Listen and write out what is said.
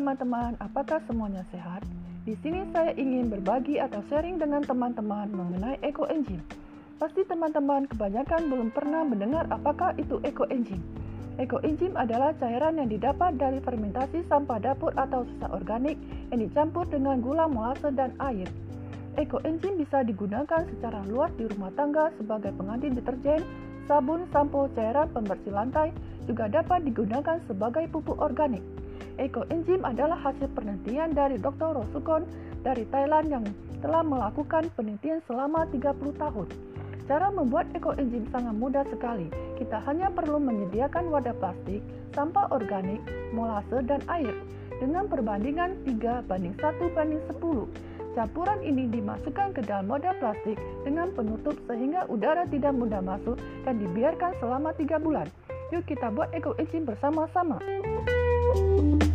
teman-teman, apakah semuanya sehat? Di sini saya ingin berbagi atau sharing dengan teman-teman mengenai ekoenzim. Pasti teman-teman kebanyakan belum pernah mendengar apakah itu ekoenzim. Ekoenzim adalah cairan yang didapat dari fermentasi sampah dapur atau sisa organik yang dicampur dengan gula, molase, dan air. Ekoenzim bisa digunakan secara luas di rumah tangga sebagai pengganti deterjen, sabun, sampo, cairan pembersih lantai, juga dapat digunakan sebagai pupuk organik. Ekoenzim adalah hasil penelitian dari Dr. Rosukon dari Thailand yang telah melakukan penelitian selama 30 tahun. Cara membuat ekoenzim sangat mudah sekali. Kita hanya perlu menyediakan wadah plastik, sampah organik, molase, dan air dengan perbandingan 3:1:10. Campuran ini dimasukkan ke dalam wadah plastik dengan penutup sehingga udara tidak mudah masuk dan dibiarkan selama 3 bulan. Yuk kita buat ekoenzim bersama-sama.